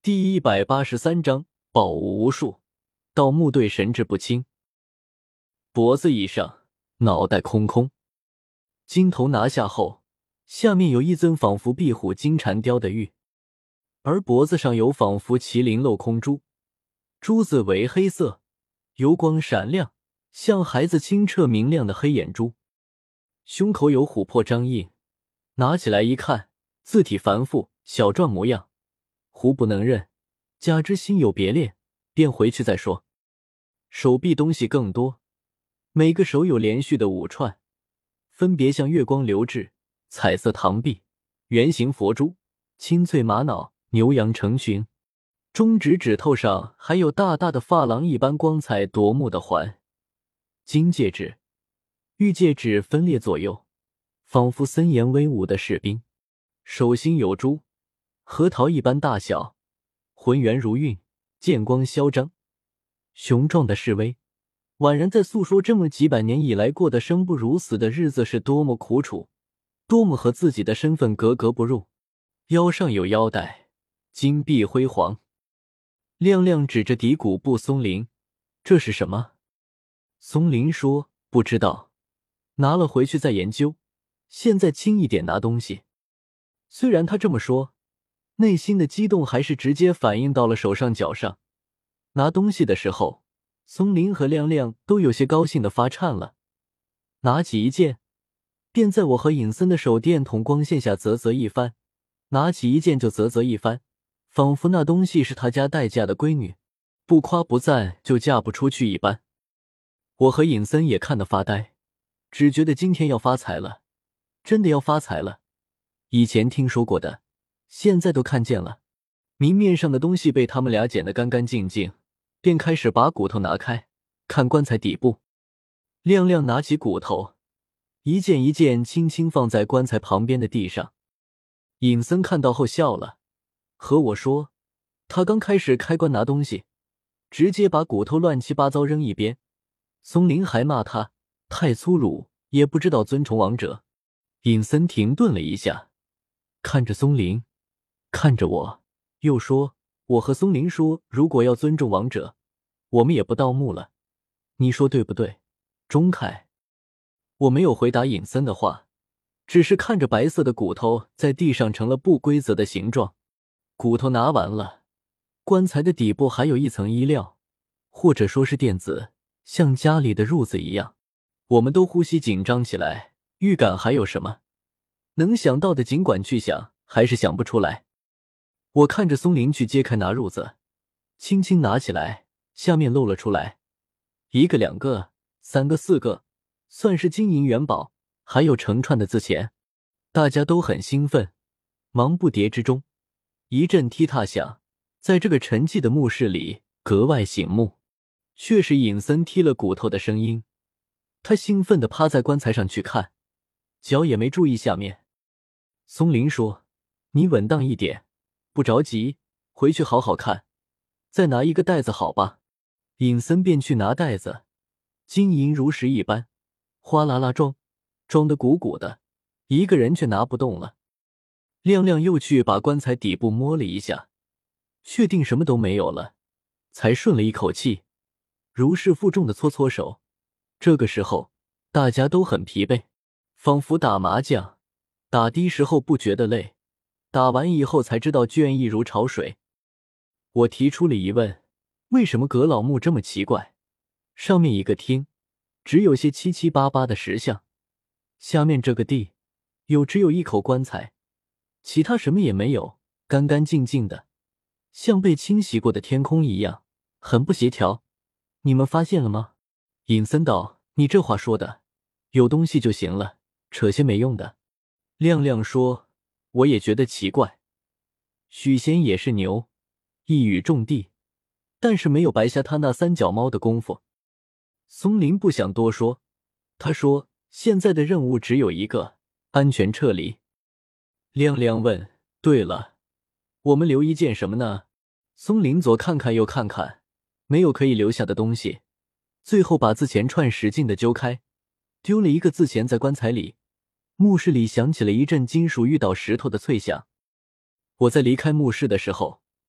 第183章宝物无数，盗墓队神志不清。脖子以上，脑袋空空。金头拿下后，下面有一尊仿佛壁虎金蝉雕的玉，而脖子上有仿佛麒麟镂空珠，珠子为黑色，油光闪亮，像孩子清澈明亮的黑眼珠。胸口有琥珀章印，拿起来一看，字体繁复，小篆模样。胡不能认，加之心有别恋，便回去再说。手臂东西更多，每个手有连续的5串，分别像月光流至、彩色糖碧、圆形佛珠、青翠玛瑙、牛羊成群。中指指头上还有大大的珐琅一般光彩夺目的环。金戒指、玉戒指分列左右，仿佛森严威武的士兵。手心有珠，核桃一般大小，浑圆如韵，剑光嚣张，雄壮的示威，宛然在诉说这么几百年以来过得生不如死的日子是多么苦楚，多么和自己的身份格格不入。腰上有腰带，金碧辉煌。亮亮指着底骨部松林，这是什么？松林说不知道，拿了回去再研究，现在轻一点拿东西。虽然他这么说，内心的激动还是直接反映到了手上脚上。拿东西的时候，松林和亮亮都有些高兴地发颤了。拿起一件，便在我和尹森的手电筒光线下啧啧一番，拿起一件就啧啧一番，仿佛那东西是他家待嫁的闺女，不夸不赞就嫁不出去一般。我和尹森也看得发呆，只觉得今天要发财了，真的要发财了。以前听说过的，现在都看见了。明面上的东西被他们俩捡得干干净净，便开始把骨头拿开，看棺材底部。亮亮拿起骨头，一件一件轻轻放在棺材旁边的地上。尹森看到后笑了，和我说，他刚开始开棺拿东西，直接把骨头乱七八糟扔一边。松林还骂他太粗鲁，也不知道尊崇王者。尹森停顿了一下，看着松林，看着我，又说，我和松林说，如果要尊重王者，我们也不盗墓了，你说对不对，钟凯？我没有回答尹森的话，只是看着白色的骨头在地上成了不规则的形状。骨头拿完了，棺材的底部还有一层衣料，或者说是垫子，像家里的褥子一样。我们都呼吸紧张起来，预感还有什么能想到的尽管去想，还是想不出来。我看着松林去揭开拿褥子，轻轻拿起来，下面露了出来，1个2个3个4个，算是金银元宝，还有成串的字钱。大家都很兴奋，忙不迭之中，一阵踢踏响，在这个沉寂的墓室里格外醒目。却是尹森踢了骨头的声音，他兴奋地趴在棺材上去看，脚也没注意下面。松林说，你稳当一点，不着急，回去好好看，再拿一个袋子好吧。尹森便去拿袋子，金银如石一般，哗啦啦装得鼓鼓的，一个人却拿不动了。亮亮又去把棺材底部摸了一下，确定什么都没有了，才顺了一口气，如释负重的搓搓手。这个时候大家都很疲惫，仿佛打麻将，打的时候不觉得累，打完以后才知道倦意如潮水。我提出了疑问，为什么阁老墓这么奇怪？上面一个厅只有些七七八八的石像，下面这个地只有一口棺材，其他什么也没有，干干净净的，像被清洗过的天空一样，很不协调。你们发现了吗？尹森道，你这话说的，有东西就行了，扯些没用的。亮亮说，我也觉得奇怪，许仙也是牛，一语中的，但是没有白瞎他那3脚猫的功夫。松林不想多说，他说，现在的任务只有一个，安全撤离。亮亮问，对了，我们留一件什么呢？松林左看看右看看，没有可以留下的东西，最后把字钱串使劲地揪开，丢了一个字钱在棺材里。墓室里响起了一阵金属遇到石头的脆响。我在离开墓室的时候，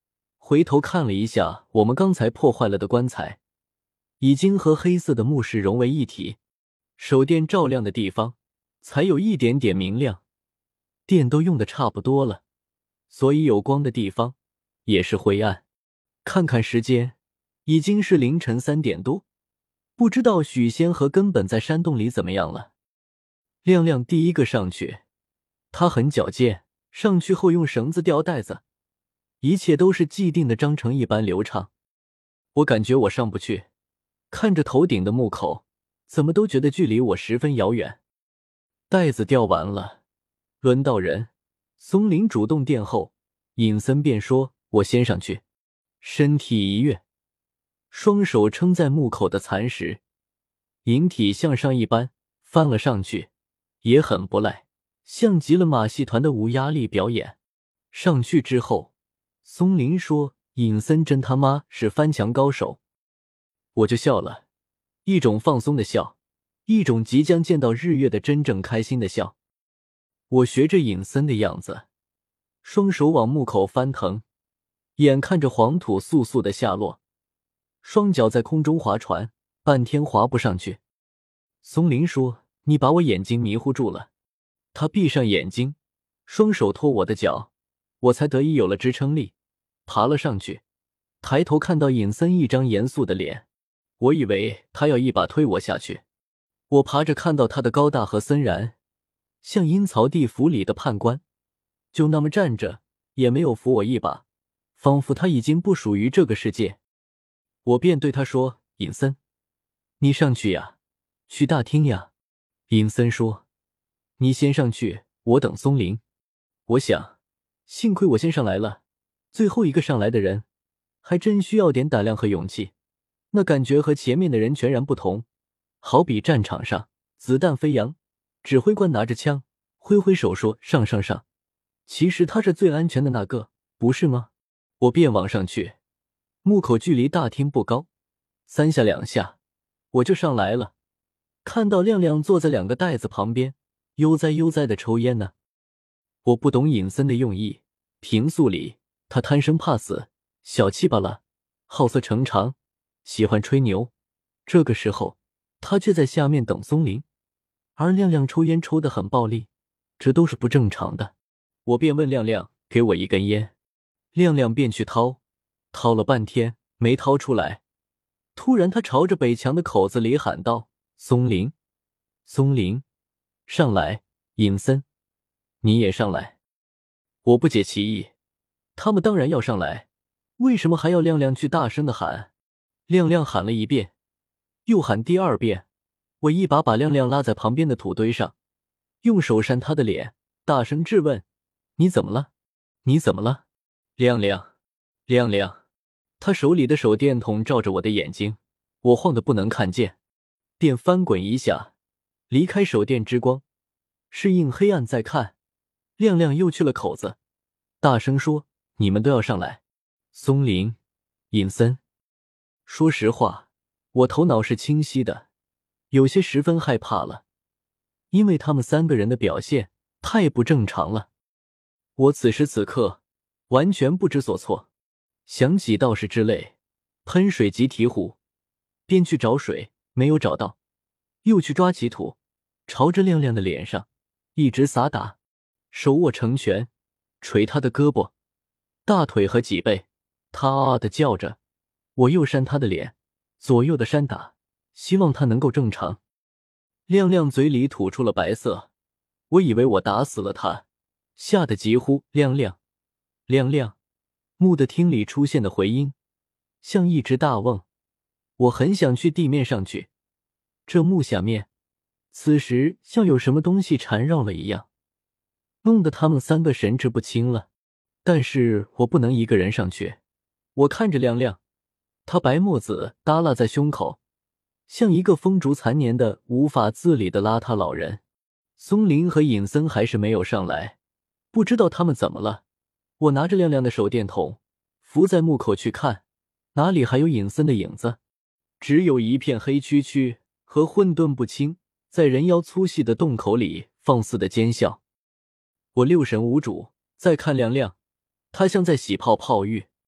回头看了一下我们刚才破坏了的棺材，已经和黑色的墓室融为一体，手电照亮的地方才有一点点明亮，电都用的差不多了，所以有光的地方也是灰暗。看看时间，已经是凌晨3点多，不知道许仙和根本在山洞里怎么样了。亮亮第一个上去，他很矫健，上去后用绳子吊带子，一切都是既定的章程一般流畅。我感觉我上不去，看着头顶的墓口，怎么都觉得距离我十分遥远。带子吊完了，轮到人，松林主动殿后，尹森便说：“我先上去。”身体一跃，双手撑在墓口的残石，引体向上一般翻了上去，也很不赖，像极了马戏团的无压力表演。上去之后，松林说：“尹森真他妈是翻墙高手。”我就笑了，一种放松的笑，一种即将见到日月的真正开心的笑。我学着尹森的样子，双手往墓口翻腾，眼看着黄土簌簌的下落，双脚在空中划船，半天划不上去。松林说：“你把我眼睛迷糊住了。”他闭上眼睛，双手托我的脚，我才得以有了支撑力，爬了上去。抬头看到尹森一张严肃的脸，我以为他要一把推我下去。我爬着看到他的高大和森然，像阴曹地府里的判官，就那么站着，也没有扶我一把，仿佛他已经不属于这个世界。我便对他说：“尹森，你上去呀，去大厅呀。”尹森说：“你先上去，我等松林。”我想，幸亏我先上来了，最后一个上来的人还真需要点胆量和勇气，那感觉和前面的人全然不同。好比战场上子弹飞扬，指挥官拿着枪挥挥手说上上上，其实他是最安全的那个，不是吗？我便往上去，墓口距离大厅不高，3下2下我就上来了，看到亮亮坐在2个袋子旁边，悠哉悠哉地抽烟呢。我不懂尹森的用意，平素里他贪生怕死，小气巴拉，好色成常，喜欢吹牛，这个时候他却在下面等松林，而亮亮抽烟抽得很暴力，这都是不正常的。我便问亮亮给我一根烟，亮亮便去掏了半天没掏出来。突然他朝着北墙的口子里喊道：“松林，松林，上来！尹森，你也上来！”我不解其意，他们当然要上来，为什么还要亮亮去大声的喊？亮亮喊了1遍，又喊第2遍，我一把把亮亮拉在旁边的土堆上，用手扇他的脸，大声质问：“你怎么了？你怎么了？”亮亮，亮亮，他手里的手电筒照着我的眼睛，我晃得不能看见，电翻滚一下，离开手电之光，适应黑暗再看，亮亮又去了口子，大声说：“你们都要上来！松林，尹森。”说实话，我头脑是清晰的，有些十分害怕了，因为他们3个人的表现太不正常了。我此时此刻完全不知所措，想起道士之类喷水及醍醐，便去找水，没有找到，又去抓起土，朝着亮亮的脸上一直撒打，手握成拳捶他的胳膊、大腿和脊背，他啊啊地叫着，我又扇他的脸，左右的扇打，希望他能够正常。亮亮嘴里吐出了白色，我以为我打死了他，吓得急呼：“亮亮，亮亮！”墓的厅里出现的回音像一只大瓮，我很想去地面上去，这墓下面此时像有什么东西缠绕了一样，弄得他们3个神志不清了。但是我不能一个人上去，我看着亮亮，他白沫子耷拉在胸口，像一个风烛残年的无法自理的邋遢老人。松林和尹森还是没有上来，不知道他们怎么了。我拿着亮亮的手电筒伏在墓口去看，哪里还有尹森的影子，只有一片黑黢黢和混沌不清，在人妖粗细的洞口里放肆的奸笑。我六神无主，再看亮亮，他像在洗泡泡浴，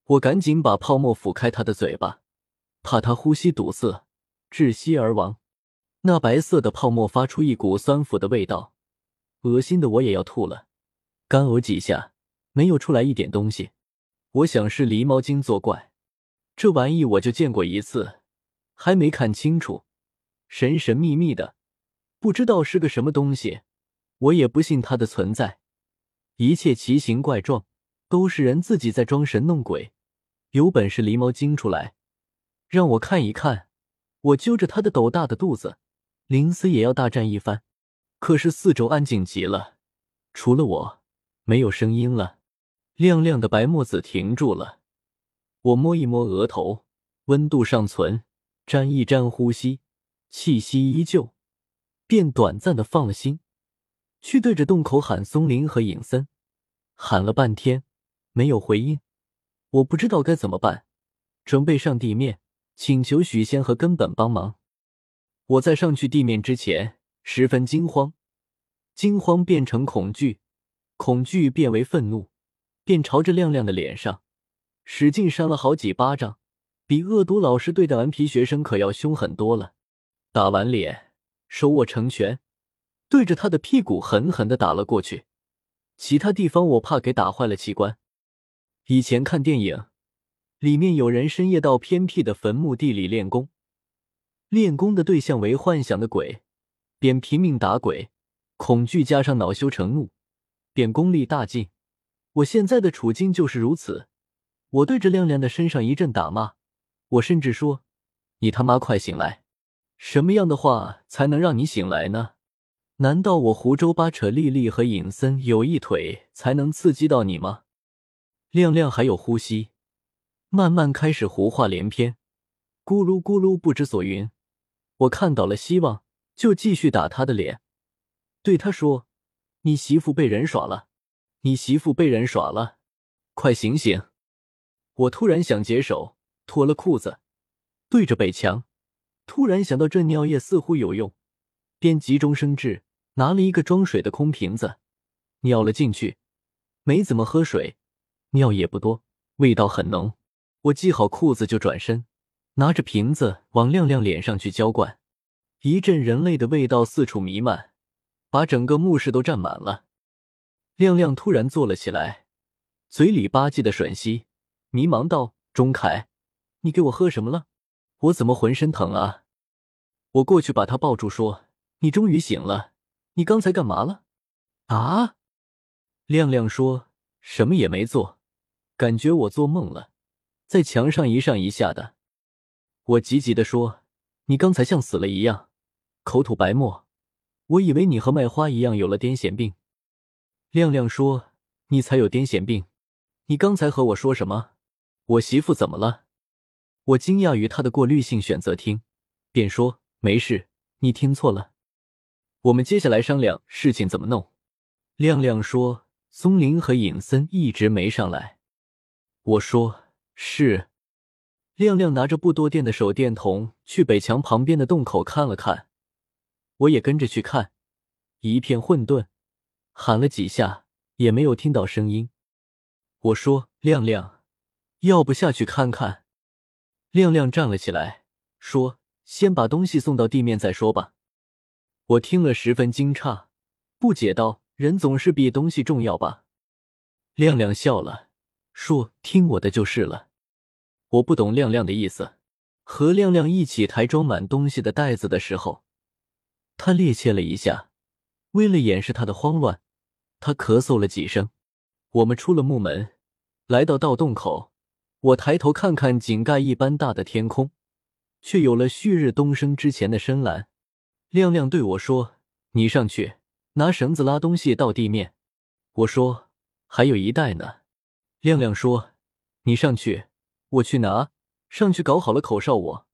我赶紧把泡沫抚开他的嘴巴，怕他呼吸堵塞，窒息而亡。那白色的泡沫发出一股酸腐的味道，恶心的我也要吐了。干呕几下，没有出来一点东西。我想是狸猫精作怪，这玩意我就见过一次，还没看清楚，神神秘秘的，不知道是个什么东西，我也不信它的存在。一切奇形怪状，都是人自己在装神弄鬼。有本事狸猫精出来，让我看一看，我揪着他的斗大的肚子，临死也要大战一番。可是四周安静极了，除了我，没有声音了。亮亮的白沫子停住了，我摸一摸额头，温度尚存，沾一沾呼吸，气息依旧，便短暂的放了心，去对着洞口喊松林和尹森。喊了半天，没有回应，我不知道该怎么办，准备上地面，请求许仙和根本帮忙。我在上去地面之前，十分惊慌，惊慌变成恐惧，恐惧变为愤怒，便朝着亮亮的脸上使劲扇了好几巴掌，比恶毒老师对待顽皮学生可要凶狠多了。打完脸，手握成拳，对着他的屁股狠狠地打了过去。其他地方我怕给打坏了器官。以前看电影，里面有人深夜到偏僻的坟墓地里练功，练功的对象为幻想的鬼，便拼命打鬼，恐惧加上恼羞成怒，便功力大进。我现在的处境就是如此。我对着亮亮的身上一阵打骂，我甚至说：你他妈快醒来！什么样的话才能让你醒来呢？难道我胡诌八扯丽丽和尹森有一腿才能刺激到你吗？亮亮还有呼吸，慢慢开始胡话连篇，咕噜咕噜不知所云。我看到了希望，就继续打他的脸，对他说：你媳妇被人耍了，你媳妇被人耍了，快醒醒！我突然想解手，脱了裤子，对着北墙，突然想到这尿液似乎有用，便急中生智，拿了一个装水的空瓶子，尿了进去。没怎么喝水，尿也不多，味道很浓。我系好裤子就转身，拿着瓶子往亮亮脸上去浇灌。一阵人类的味道四处弥漫，把整个墓室都占满了。亮亮突然坐了起来，嘴里吧唧的吮吸，迷茫道：钟凯，你给我喝什么了？我怎么浑身疼啊？我过去把他抱住说：你终于醒了，你刚才干嘛了？啊？亮亮说：什么也没做，感觉我做梦了，在墙上一上一下的。我急急地说：你刚才像死了一样，口吐白沫，我以为你和麦花一样有了癫痫病。亮亮说：你才有癫痫病，你刚才和我说什么？我媳妇怎么了？我惊讶于他的过滤性选择听，便说：没事，你听错了。我们接下来商量事情怎么弄。亮亮说：松林和尹森一直没上来。我说：是。亮亮拿着不多电的手电筒去北墙旁边的洞口看了看，我也跟着去看，一片混沌，喊了几下也没有听到声音。我说：亮亮，要不下去看看？亮亮站了起来，说：先把东西送到地面再说吧。我听了十分惊诧，不解道：人总是比东西重要吧？亮亮笑了，说：听我的就是了。我不懂亮亮的意思。和亮亮一起抬装满东西的袋子的时候，他趔趄了一下，为了掩饰他的慌乱，他咳嗽了几声。我们出了木门，来到盗洞口，我抬头看看井盖一般大的天空，却有了旭日东升之前的深蓝。亮亮对我说：你上去拿绳子拉东西到地面。我说：还有一袋呢。亮亮说：你上去，我去拿，上去搞好了口哨我。